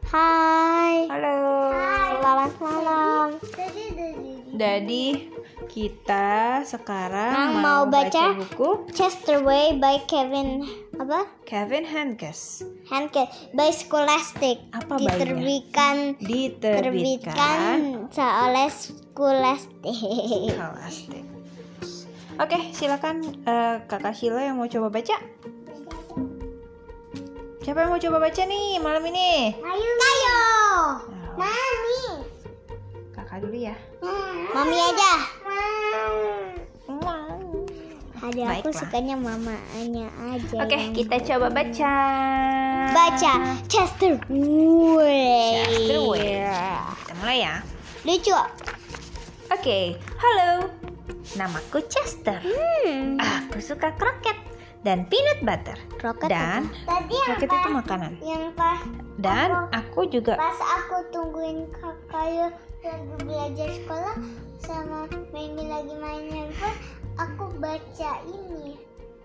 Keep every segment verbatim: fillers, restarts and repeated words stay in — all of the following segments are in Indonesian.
Hai. Halo. Selamat malam. Jadi kita sekarang Nah, mau mau baca buku Castaway by Kevin apa? Kevin Handkes. Handkes by Scholastic. Apa diterbitkan Diterbitkan oleh Scholastic. Scholastic. Oke, silakan uh, Kakak Sheila yang mau coba baca. Siapa yang mau coba baca nih malam ini? Ayo. Ayo. Mami. Kakak dulu ya. Mami aja. Ada aku Baiklah. sukanya mamanya aja. Oke, yang kita coba baca. baca Castaway. Castaway. Kita mulai ya. Lucu. Oke, halo. Namaku Chester. Hmm. Aku suka kroket dan peanut butter. Kroket Dan Tadi kroket itu makanan. Yang pas Dan aku, aku juga pas aku tungguin kakak lagi belajar sekolah sama Mimi lagi main handphone, aku baca ini.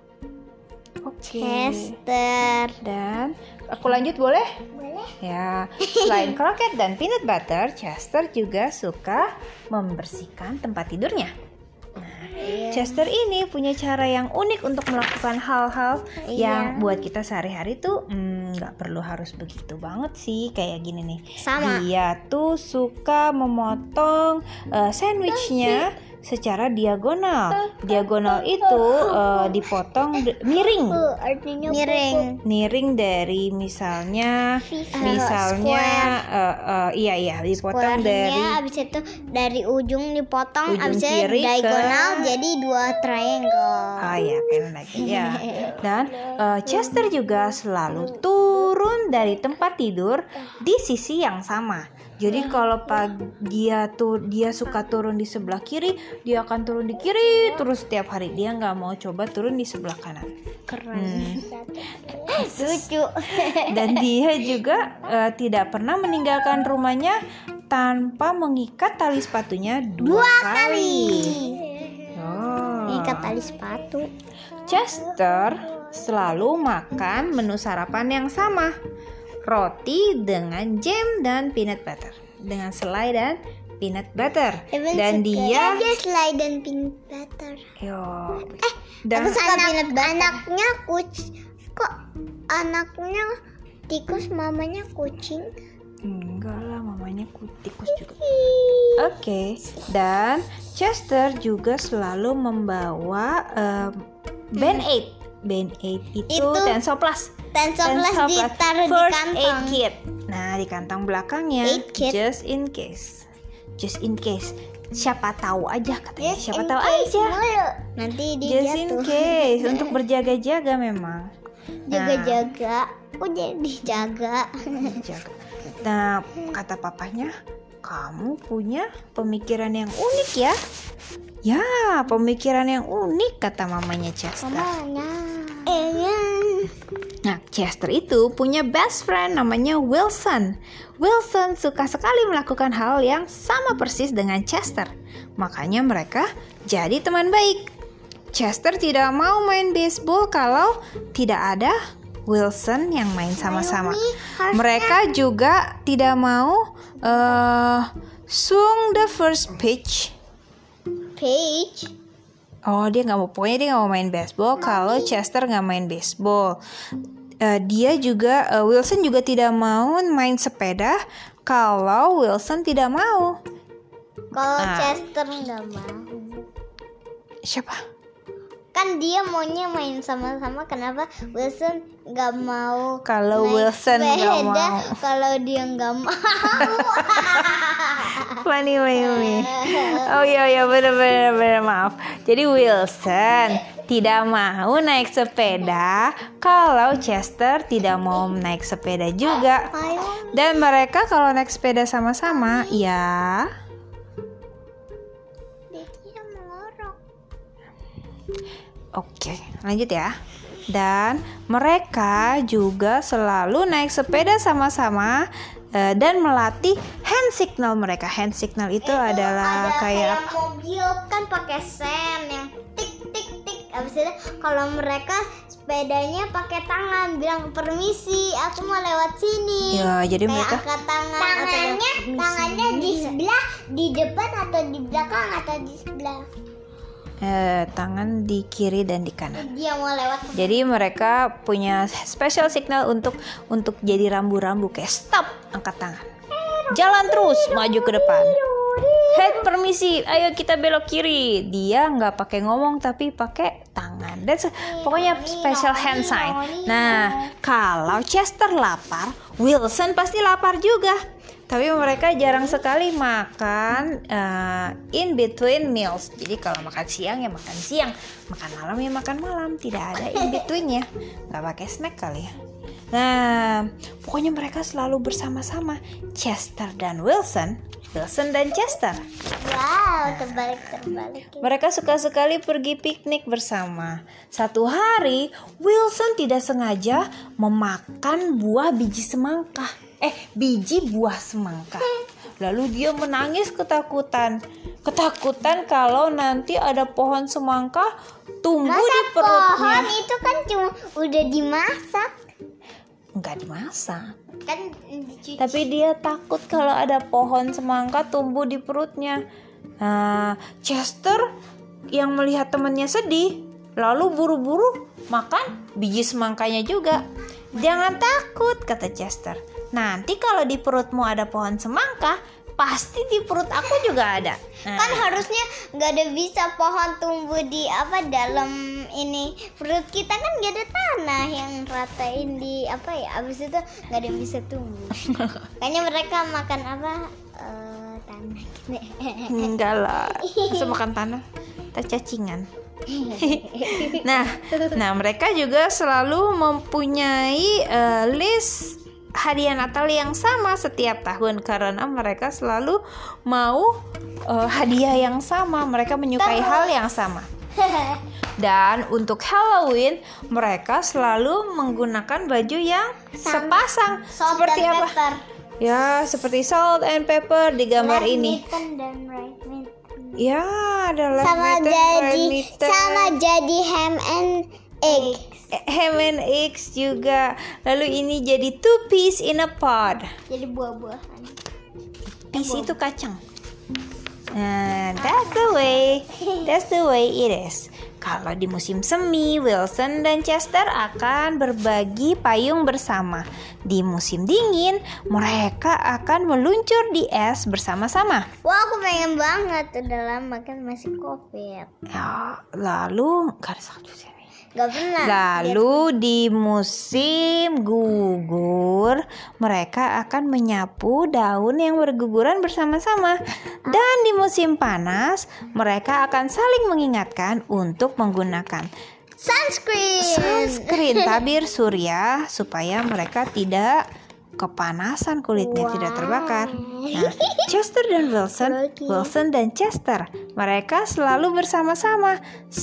Oke. Chester. Dan aku lanjut boleh? Boleh? Ya, selain kroket dan peanut butter, Chester juga suka membersihkan tempat tidurnya. Nah, Chester ini punya cara yang unik untuk melakukan hal-hal Iya. yang buat kita sehari-hari tuh nggak hmm, perlu harus begitu banget sih. Kayak gini nih. Sama. Dia tuh suka memotong uh, sandwichnya secara diagonal. Diagonal itu uh, dipotong d- miring. Artinya miring. Miring dari misalnya Uh, misalnya uh, uh, iya iya dipotong dari abis itu dari ujung dipotong, ujung abis itu kiri diagonal ke jadi dua triangle. ah ya kayak lagi ya. Dan uh, Chester juga selalu turun dari tempat tidur di sisi yang sama. Jadi kalau pagi dia tuh dia suka turun di sebelah kiri, dia akan turun di kiri terus setiap hari. Dia nggak mau coba turun di sebelah kanan. Keren. Hmm. Lucu. Dan dia juga uh, tidak pernah meninggalkan rumahnya tanpa mengikat tali sepatunya dua, Dua kali. kali. Oh. Ikat tali sepatu. Chester selalu makan menu sarapan yang sama. Roti dengan jam dan peanut butter. Dengan selai dan peanut butter. Even Dan suka dia aja selai dan peanut butter. yo. Eh, Dan aku suka peanut butter. Anaknya kucing. Kok anaknya tikus, mamanya kucing? enggak lah, mamanya tikus juga. Oke. Dan Chester juga selalu membawa um, Band-Aid. Band-Aid itu, Itu Tensoplas. Tensoplas ditaruh di First kantong. aid kit. Nah, di kantong belakangnya Aid kit. just in case. Just in case. Siapa tahu aja katanya. Just Siapa in tahu case aja. mulu. Nanti dia Just in jatuh. case untuk berjaga-jaga memang. Jaga-jaga. Aku jadi jaga. Jaga. Nah, kata papanya, kamu punya pemikiran yang unik ya. Ya, pemikiran yang unik kata mamanya Chester. Mamanya. Eh, ya. Nah, Chester itu punya best friend namanya Wilson. Wilson suka sekali melakukan hal yang sama persis dengan Chester. Makanya mereka jadi teman baik. Chester tidak mau main baseball kalau tidak ada Wilson yang main sama-sama. Mereka juga tidak mau uh, swing the first pitch. Page. Oh, dia nggak mau, pokoknya dia nggak mau main baseball kalau Chester nggak main baseball. Uh, dia juga uh, Wilson juga tidak mau main sepeda kalau Wilson tidak mau. Kalau Ah. Chester nggak mau. Siapa? Kan dia maunya main sama-sama. Kenapa Wilson nggak mau? Kalau naik Wilson nggak sepeda mau. Kalau dia nggak mau. Funny way. Oh iya iya benar benar maaf. Jadi Wilson tidak mau naik sepeda kalau Chester tidak mau naik sepeda juga. Dan mereka kalau naik sepeda sama-sama ya. Dia mengorok. Oke, lanjut ya. Dan mereka juga selalu naik sepeda sama-sama uh, dan melatih hand signal mereka. Hand signal itu, itu adalah ada kayak, kayak mobil kan pakai sen yang tik tik tik. Abis itu kalau mereka sepedanya pakai tangan, bilang permisi, aku mau lewat sini. Ya, jadi kayak mereka angkat tangan. Tangannya, tangannya di sebelah, di depan atau di belakang atau di sebelah. eh, tangan di kiri dan di kanan. Dia mau lewat. Jadi mereka punya special signal untuk untuk jadi rambu-rambu kayak stop, angkat tangan. Jalan terus, maju ke depan. Head permisi, ayo kita belok kiri. Dia nggak pakai ngomong tapi pakai tangan. That's pokoknya special hand sign. Nah, kalau Chester lapar, Wilson pasti lapar juga. Tapi mereka jarang sekali makan uh, in between meals. Jadi kalau makan siang ya makan siang, makan malam ya makan malam. Tidak ada in betweennya. Nggak pakai snack kali ya. Nah, pokoknya mereka selalu bersama-sama. Chester dan Wilson, Wilson dan Chester. Wow, terbalik-terbalik. Mereka suka sekali pergi piknik bersama. Satu hari, Wilson tidak sengaja memakan buah biji semangka. Eh, biji buah semangka. Lalu dia menangis ketakutan. Ketakutan kalau nanti ada pohon semangka tumbuh Masa di perutnya. pohon itu kan cuma udah dimasak. Enggak dimasak. Kan dicuci. Tapi dia takut kalau ada pohon semangka tumbuh di perutnya. Nah, Chester yang melihat temannya sedih, lalu buru-buru makan biji semangkanya juga. Jangan takut, kata Chester. Nanti kalau di perutmu ada pohon semangka, pasti di perut aku juga ada. Nah. Kan harusnya nggak ada bisa pohon tumbuh di apa dalam ini perut kita, kan nggak ada tanah yang ratain di apa ya, abis itu nggak ada yang bisa tumbuh. Kayaknya mereka makan apa uh, tanah gitu. Enggak lah, masa makan tanah, tercacingan. nah, nah mereka juga selalu mempunyai uh, list hadiah Natal yang sama setiap tahun karena mereka selalu mau uh, hadiah yang sama. Mereka menyukai hal yang sama. Dan untuk Halloween mereka selalu menggunakan baju yang Sama. sepasang. Salt Seperti and apa? pepper. Ya, seperti salt and pepper di gambar Red ini. mitten dan right mitten. Ya, ada red Sama mitten, jadi red mitten. sama jadi ham and egg. Ham and eggs juga. Lalu ini jadi two peas in a pod. Jadi buah-buahan. Peas itu kacang. Nah, that's the way. That's the way it is. Kalau di musim semi, Wilson dan Chester akan berbagi payung bersama. Di musim dingin, mereka akan meluncur di es bersama-sama. Wah, aku pengen banget. Udah lama kan masih covid. Ya, lalu gak ada salju sini. Gak pernah. Lalu di musim gugur, mereka akan menyapu daun yang berguguran bersama-sama. Dan di musim panas, mereka akan saling mengingatkan untuk menggunakan Sunscreen. sunscreen tabir surya supaya mereka tidak kepanasan kulitnya, Wow. tidak terbakar. Nah, Chester dan Wilson, Lucky. Wilson dan Chester, mereka selalu bersama-sama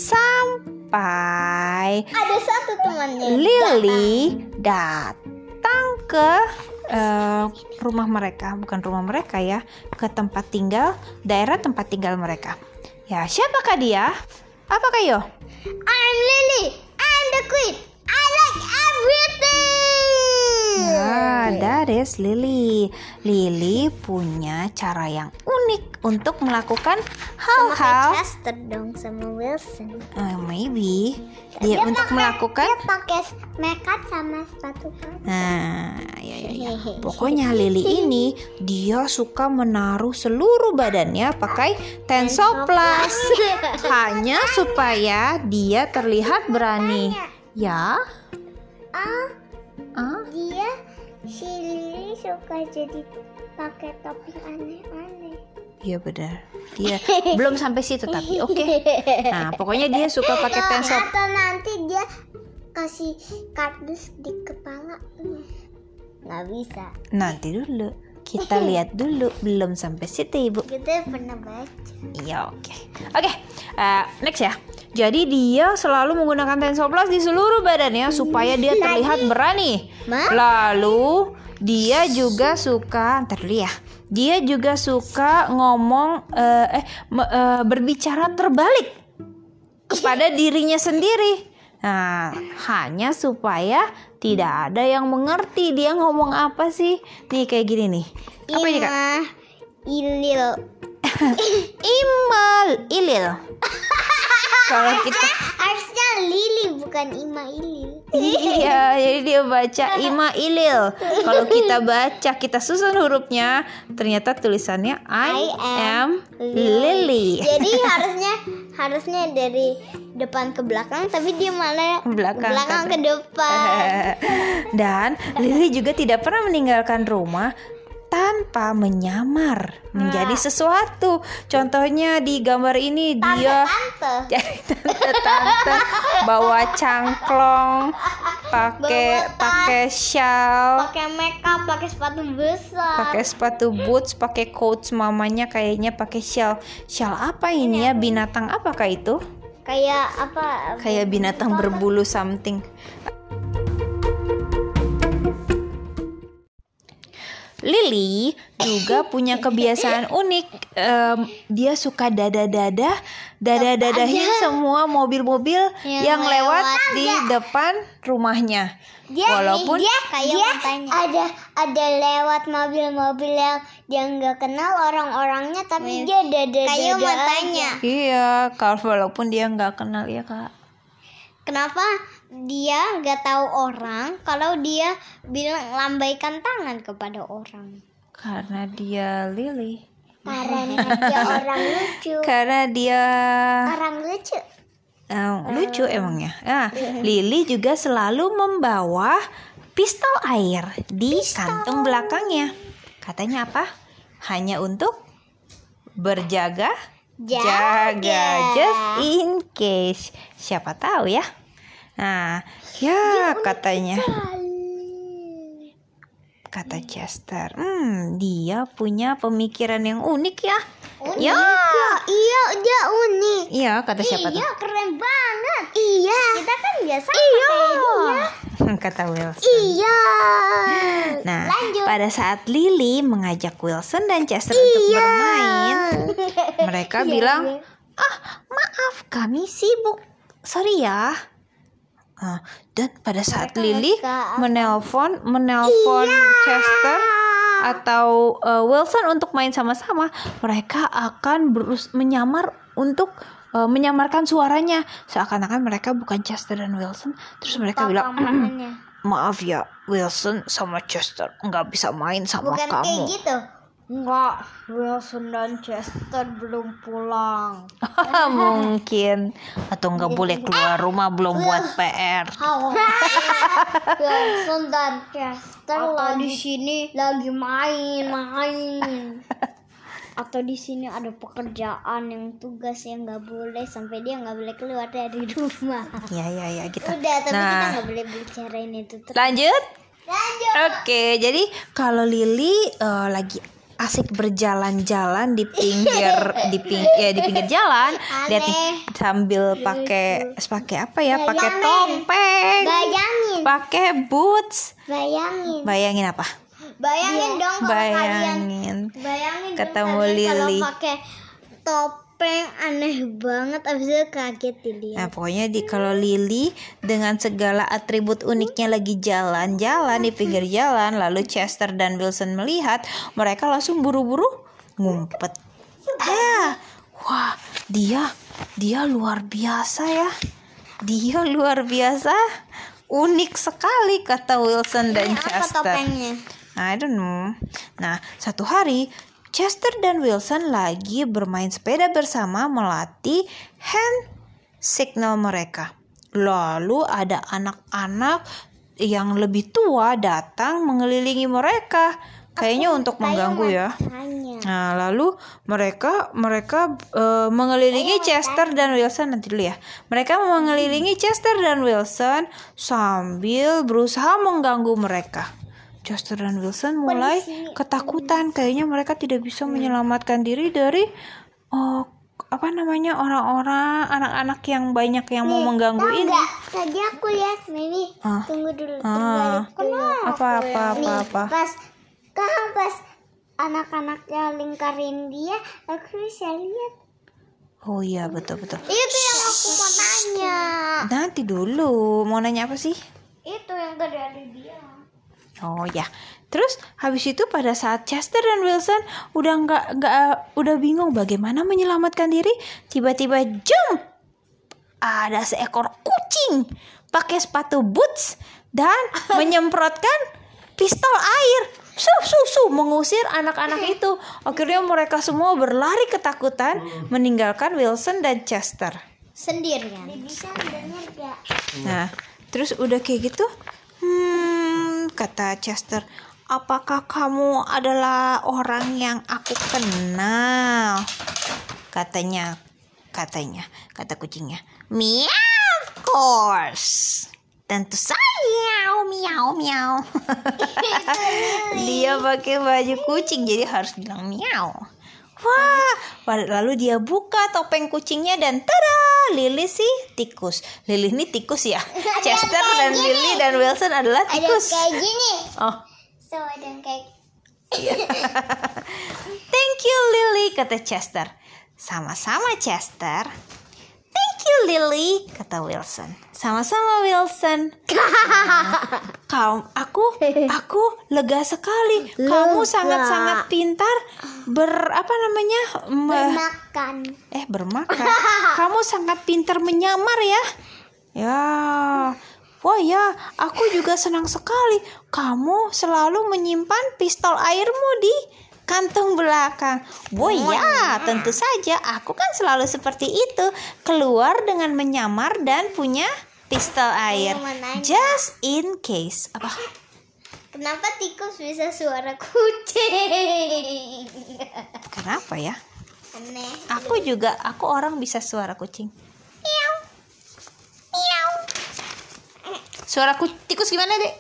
sampai Ada satu temannya. Lily datang ke uh, rumah mereka, bukan rumah mereka ya, ke tempat tinggal, daerah tempat tinggal mereka. Ya, siapakah dia? Apakah yo? I'm Lily. I'm the queen. I like everything. Nah, that is Lily. Lily punya cara yang unik untuk melakukan Sama kayak hal-hal. Chester dong, sama Wilson. Uh, maybe dia, untuk pakai- melakukan. Dia pakai makeup sama sepatu kaca. Nah, ya, ya, ya. Pokoknya Lily ini dia suka menaruh seluruh badannya pakai Tensoplas hanya supaya dia terlihat berani. Ya? Ah, Ah? dia si Lily suka jadi pakai topping aneh-aneh. Iya benar. Dia belum sampai situ tapi oke. Nah, pokoknya dia suka pakai Tensop. Atau nanti dia kasih kardus di kepala. Nggak bisa. Nanti dulu. Kita lihat dulu, belum sampai situ Ibu. Kita pernah baca. Iya, oke. Oke, uh, next ya. Jadi dia selalu menggunakan Tensoplas di seluruh badannya supaya dia terlihat berani. Ma? Lalu dia juga suka, ntar dulu ya. Dia juga suka ngomong uh, eh me- uh, berbicara terbalik. kepada dirinya sendiri. Nah, hanya supaya tidak ada yang mengerti dia ngomong apa sih. Nih kayak gini nih. Apa ini Kak? Imah ilil. Imal ilil. Kalau kita Harusnya Lili bukan Ima ilil. iya, jadi dia baca Ima ilil. Kalau kita baca, kita susun hurufnya, ternyata tulisannya I, I am am Lily. Jadi harusnya harusnya dari depan ke belakang, tapi dia malah Belakang, belakang ke- ke depan. Dan Lily juga tidak pernah meninggalkan rumah tanpa menyamar menjadi sesuatu. Contohnya di gambar ini dia Tante. jadi tante-tante bawa cangklong, pakai Bawa tas. pakai shawl, Pakai makeup, pakai sepatu besar. pakai sepatu boots, pakai coats, mamanya kayaknya pakai shawl. Shawl apa ini ya? Binatang apakah itu? Kayak apa? Kayak binatang berbulu something. Lily juga punya kebiasaan unik. Em, dia suka dada-dada, dada-dadahin semua mobil-mobil Yang yang, lewat, lewat. di depan rumahnya. Dia Walaupun dia kayak ada ada lewat mobil-mobil yang dia nggak kenal orang-orangnya, tapi dia dada kayak matanya. iya, kalau walaupun dia nggak kenal ya Kak. Kenapa dia nggak tahu orang kalau dia bilang lambaikan tangan kepada orang? Karena dia Lily. Karena dia orang lucu. Karena dia Orang lucu. eh, lucu emangnya. Nah, Lily juga selalu membawa pistol air di kantung belakangnya. Katanya apa? Hanya untuk berjaga, jaga, just in case. Siapa tahu ya. Nah, ya katanya. Kata Chester, hmm, dia punya pemikiran yang unik ya. Unik. Ya. Iya, dia unik. Iya, kata siapa tuh? Iya, keren banget. Iya. Kita kan biasa Iya. pakai dia. Kata Wilson. Iya. Nah, Lanjut. pada saat Lily mengajak Wilson dan Chester untuk bermain, mereka Iya, bilang, iya. ah maaf kami sibuk, sorry ya. Ah, dan pada saat Mereka Lily nggak suka. menelpon menelpon Iya. Chester atau uh, Wilson untuk main sama-sama, mereka akan berus menyamar untuk uh, menyamarkan suaranya seakan-akan mereka bukan Chester dan Wilson. Terus mereka Papa bilang, mamanya. maaf ya, Wilson sama Chester nggak bisa main sama Bukan kamu. kayak gitu. Enggak, Wilson dan Chester belum pulang. Mungkin atau nggak boleh keluar rumah belum buat P R. Wilson dan Chester lagi di sini lagi main-main. Atau di sini ada pekerjaan yang tugas yang nggak boleh sampai dia nggak boleh keluar dari rumah. Ya ya ya kita. Udah, tapi kita Nah, nggak boleh bicarain itu terus. lanjut. Lanjut. Oke, jadi kalau Lily eh, lagi asik berjalan-jalan di pinggir di ping ya di pinggir jalan, lihat nih sambil pakai pakai apa ya? Pakai Bayangin. topeng, Bayangin, pakai boots. bayangin, Bayangin apa? bayangin dong kalau kalian Bayangin. bayangin dong Ketemu kalian kalau Lily. pakai topeng aneh banget, abis itu kaget dilihat. Nah, pokoknya di kalau Lily dengan segala atribut uniknya lagi jalan-jalan di pinggir jalan, lalu Chester dan Wilson melihat, mereka langsung buru-buru ngumpet. Ah, wah, dia dia luar biasa ya. Dia luar biasa. Unik sekali kata Wilson dan Ini apa Chester. topengnya? I don't know. Nah, satu hari Chester dan Wilson lagi bermain sepeda bersama melatih hand signal mereka. Lalu ada anak-anak yang lebih tua datang mengelilingi mereka. Kayaknya untuk mengganggu ya. Tanya. Nah, lalu mereka mereka eh, mengelilingi Chester dan Wilson nanti dulu ya. Mereka mengelilingi Chester dan Wilson sambil berusaha mengganggu mereka. Chester dan Wilson mulai ketakutan. Kayaknya mereka tidak bisa menyelamatkan diri dari oh, apa namanya orang-orang anak-anak yang banyak yang mau mengganggu Tahu ini. nggak? Tadi aku lihat Mimi. Ah. Tunggu dulu. Ah. terbalik dulu. Apa apa apa Nih, apa. Pas kan pas anak-anaknya lingkarin dia, aku bisa lihat Oh iya, betul-betul. Itu yang aku mau nanya. Nanti dulu, mau nanya apa sih? Itu yang gak dari dia. Oh ya, terus habis itu pada saat Chester dan Wilson udah nggak nggak udah bingung bagaimana menyelamatkan diri, tiba-tiba jump, ada seekor kucing pakai sepatu boots dan menyemprotkan pistol air, su su su mengusir anak-anak itu. Akhirnya mereka semua berlari ketakutan, meninggalkan Wilson dan Chester Sendirian. Bisa dengar gak? Nah, terus udah kayak gitu, hmm, kata Chester, apakah kamu adalah orang yang aku kenal? Katanya, katanya, kata kucingnya, meow, of course. Tentu saja, miau miau. Dia pakai baju kucing jadi harus bilang miau. Wah, lalu dia buka topeng kucingnya dan tada, Lily sih tikus. Lily ini tikus ya. Chester dan gini. Lily dan Wilson adalah tikus. Ada kayak gini. Oh. So ada yang kayak. Thank you Lily, kata Chester. Sama-sama Chester. Thank you Lily, kata Wilson. Sama-sama Wilson. Kamu, aku, aku lega sekali. Kamu sangat-sangat pintar ber apa namanya Bermakan. Eh bermakan. Kamu sangat pintar menyamar ya. Ya. Wah ya, aku juga senang sekali. Kamu selalu menyimpan pistol airmu di kantong belakang. Oh ya, tentu saja. Aku kan selalu seperti itu. Keluar dengan menyamar dan punya pistol air. Just in case. Apa? Kenapa tikus bisa suara kucing? Kenapa ya? Aneh. Aku juga, aku orang bisa suara kucing. Miau. Miau. Suara ku- tikus gimana, Dek?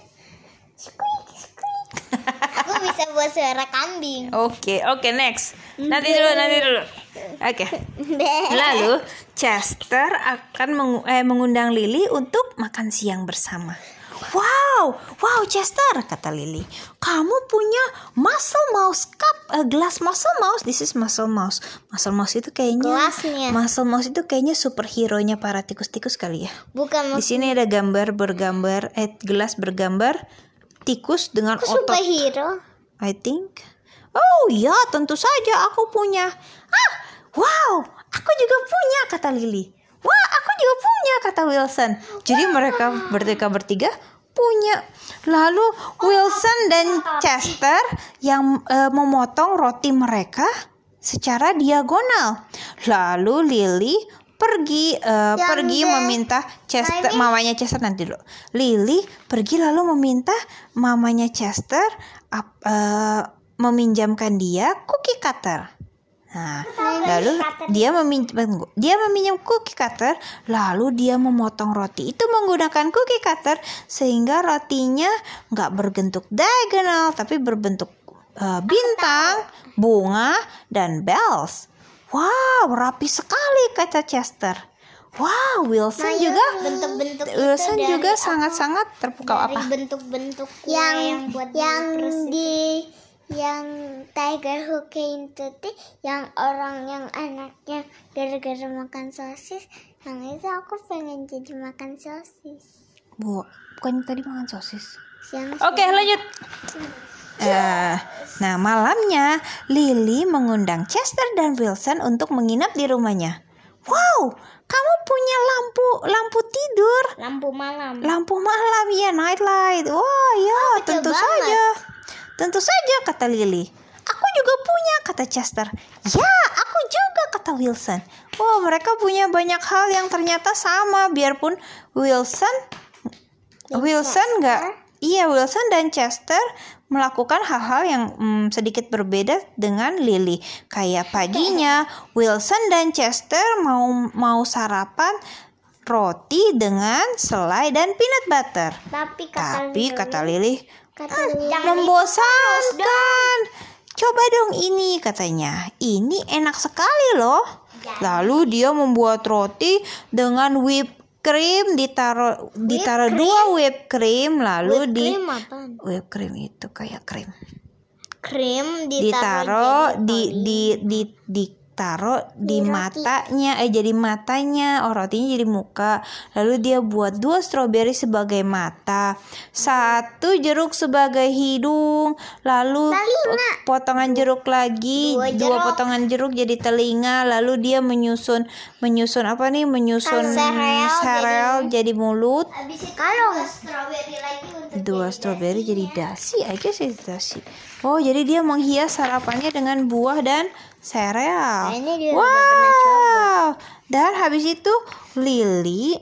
Aku bisa buat suara kambing. Oke, okay, oke, okay, next. Nanti dulu, nanti dulu. Oke. Okay. Lalu Chester akan mengu- eh, mengundang Lily untuk makan siang bersama. Wow, wow Chester, kata Lily, kamu punya muscle mouse cup, uh, gelas muscle mouse. This is muscle mouse. Muscle mouse itu kayaknya. Gelasnya. Muscle mouse itu kayaknya superhero-nya para tikus-tikus kali ya. Bukan. Di sini ada gambar bergambar, eh gelas bergambar tikus dengan Aku otot. superhero. I think. Oh ya, tentu saja aku punya. Ah, wow, aku juga punya, kata Lily. Wah, aku juga punya, kata Wilson. Jadi mereka bertiga bertiga punya. Lalu Wilson dan Chester yang uh, memotong roti mereka secara diagonal. Lalu Lily pergi uh, pergi deh. meminta Chester, mamanya Chester nanti dulu. Lily pergi lalu meminta mamanya Chester uh, uh, meminjamkan dia cookie cutter. Nah, lalu dia meminjam dia meminjam cookie cutter, lalu dia memotong roti itu menggunakan cookie cutter sehingga rotinya nggak berbentuk diagonal tapi berbentuk uh, bintang, bunga, dan bells. Wow, rapi sekali, kata Chester. Wow, Wilson Nah, juga bentuk-bentuk Wilson itu juga dari sangat-sangat terpukau dari apa? bentuk-bentuk kue yang yang, buat yang di yang Tiger Who Came to Tea, yang orang yang anaknya gara-gara makan sosis, yang itu aku pengen jadi makan sosis. Bu, bukan tadi makan sosis. Siang Oke, lanjut. Uh, nah, malamnya Lily mengundang Chester dan Wilson untuk menginap di rumahnya. Wow, kamu punya lampu lampu tidur. Lampu malam. Lampu malam ya, night light. Wah, ya, Oh, tentu banget. saja. Tentu saja, kata Lily. Aku juga punya, kata Chester. Ya, aku juga, kata Wilson. Wah, mereka punya banyak hal yang ternyata sama, biarpun Wilson Dan Wilson Chester. nggak, iya Wilson dan Chester melakukan hal-hal yang mm, sedikit berbeda dengan Lily. Kayak paginya Wilson dan Chester mau mau sarapan roti dengan selai dan peanut butter. Tapi kata Tapi Lily, kata Lily, kata Lily, membosankan. Coba dong ini, katanya. Ini enak sekali loh. Lalu dia membuat roti dengan whipped cream, ditaruh ditaruh dua whipped cream, lalu Whipped di cream apaan? whipped cream itu kayak krim. Krim Ditaruh ditaruh di di di di taruh di, Di roti. matanya, eh jadi matanya, oh rotinya jadi muka. Lalu dia buat dua stroberi sebagai mata, satu jeruk sebagai hidung, lalu Telinga. potongan jeruk lagi, Dua dua jeruk. potongan jeruk jadi telinga. Lalu dia menyusun menyusun apa nih? Menyusun Sereal sereal jadi mulut. Habis itu dua strawberry lagi untuk Dua jadi stroberi jadi dasinya. dasi, I guess it's dasi. Oh, jadi dia menghias sarapannya dengan buah dan sereal. Nah, ini dia udah pernah coba. Wow. Dan habis itu Lily,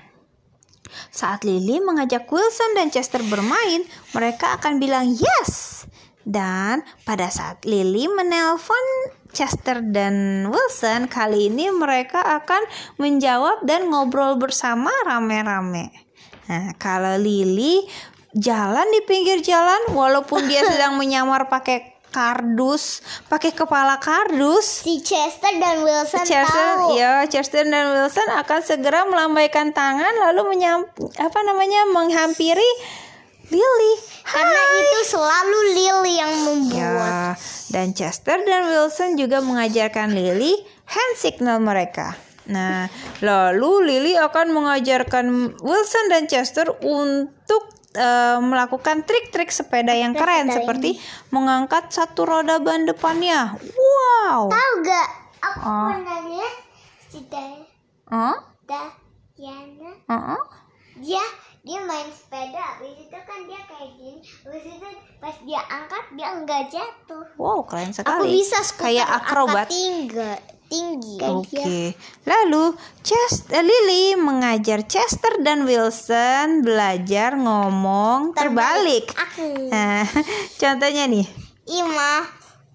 saat Lily mengajak Wilson dan Chester bermain, mereka akan bilang yes. Dan pada saat Lily menelpon Chester dan Wilson, kali ini mereka akan menjawab dan ngobrol bersama rame-rame. Nah, kalau Lily jalan di pinggir jalan, walaupun dia sedang menyamar pakai kardus, pakai kepala kardus, Si Chester dan Wilson Chester, tahu. ya Chester dan Wilson akan segera melambaikan tangan lalu menyam, apa namanya menghampiri Lily. Karena itu selalu Lily yang membuat. Ya, dan Chester dan Wilson juga mengajarkan Lily hand signal mereka. Nah, lalu Lily akan mengajarkan Wilson dan Chester untuk uh, melakukan trik-trik sepeda yang keren Sepeda seperti mengangkat satu roda ban depannya. Wow. Tahu gak? Aku Oh. pernah lihat si Oh? Diana. Uh-uh. Dia dia main sepeda. Habis itu kan dia kayak gini. Habis itu pas dia angkat dia enggak jatuh. Wow, keren Aku sekali. bisa skuter Kayak akrobat. angkat tinggi. Tinggi. Oke, lalu Chester, Lily mengajar Chester dan Wilson belajar ngomong terbalik. Aku. Nah, contohnya nih. Ima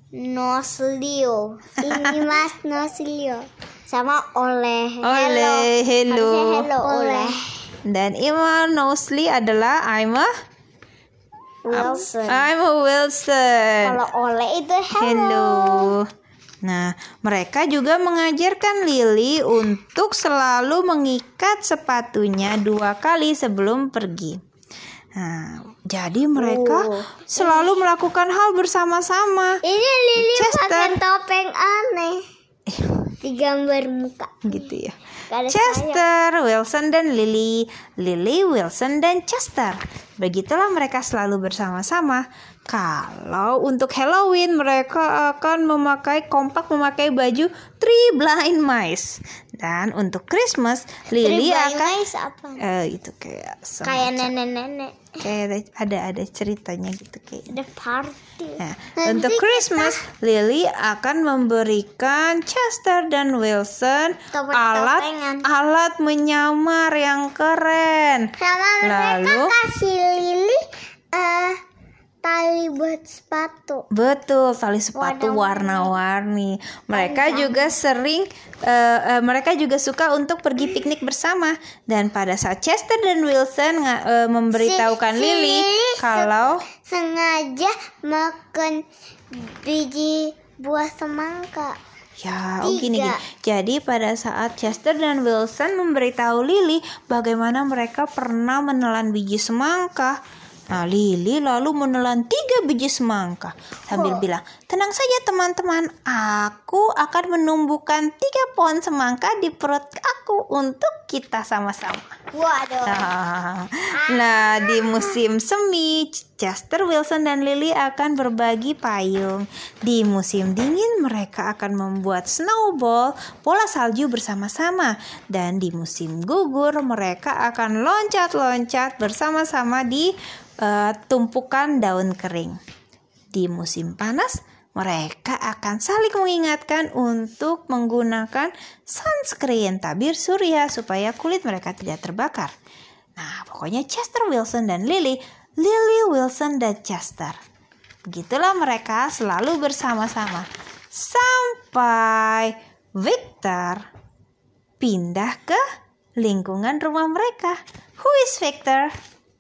Noslio. Ini Mas Noslio. Sama oleh. Oleh, hello. Harusnya hello oleh. Dan Ima Knowsley adalah I'm a Wilson. I'm a Wilson. Kalau oleh itu hello. Hello. Nah, mereka juga mengajarkan Lily untuk selalu mengikat sepatunya dua kali sebelum pergi. Nah, jadi mereka Oh. selalu melakukan hal bersama-sama. Ini Lily Chester. pakai topeng aneh. Digambar muka. Gitu ya. Gak ada sayap. Chester, Wilson dan Lily, Lily, Wilson dan Chester. Begitulah mereka selalu bersama-sama. Kalau untuk Halloween mereka akan memakai kompak memakai baju Three Blind Mice. Dan untuk Christmas Lily Three Blind akan Mice apa? eh, itu kayak Kayak semacam- nenek-nenek. kayak ada ada ceritanya gitu kayak. Ada party. Nah, Nanti untuk Christmas, Lily akan memberikan Chester dan Wilson alat Topeng-topengan. alat menyamar yang keren. Sama mereka Lalu? kasih Lily eh tali buat sepatu. Betul, tali sepatu warna-warni. Mereka juga sering, uh, uh, mereka juga suka untuk pergi piknik bersama. Dan pada saat Chester dan Wilson uh, memberitahukan Si- si Lily Lily kalau Sengaja makan biji buah semangka. Ya, oh gini Tiga. gini. Jadi pada saat Chester dan Wilson memberitahu Lily bagaimana mereka pernah menelan biji semangka. Nah, Lily lalu menelan tiga biji semangka sambil Oh. bilang, tenang saja teman-teman, aku akan menumbuhkan tiga pohon semangka di perut aku untuk kita sama-sama. Waduh. Nah, nah, di musim semi, Chester, Wilson, dan Lily akan berbagi payung. Di musim dingin, mereka akan membuat snowball, bola salju bersama-sama. Dan di musim gugur, mereka akan loncat-loncat bersama-sama di uh, tumpukan daun kering. Di musim panas, mereka akan saling mengingatkan untuk menggunakan sunscreen tabir surya supaya kulit mereka tidak terbakar. Nah, pokoknya Chester, Wilson, dan Lily, Lily, Wilson, dan Chester. Begitulah mereka selalu bersama-sama. Sampai Victor pindah ke lingkungan rumah mereka. Who is Victor?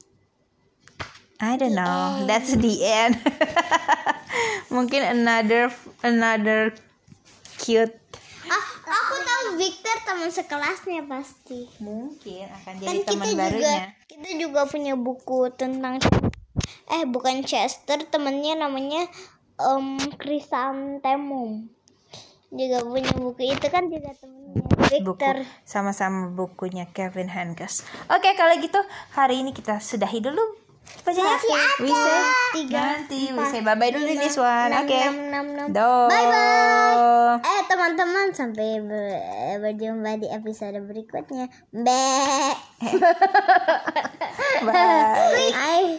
I don't know. That's the end. Mungkin another another cute. Ah, aku tahu Victor teman sekelasnya pasti. Mungkin akan Kan jadi kita teman juga barunya. kita juga punya buku tentang eh bukan Chester, temennya namanya um, Chrysanthemum. juga punya buku itu kan juga temennya buku Victor. sama-sama bukunya Kevin Henkes. Oke, kalau gitu hari ini kita sudahi dulu. Masih ada. We say Tiga, nanti we say bye bye dulu this one. enam, Oke. enam, enam, enam. Do. Bye bye. Eh teman-teman, sampai ber- berjumpa di episode berikutnya. Bye. Bye. Bye.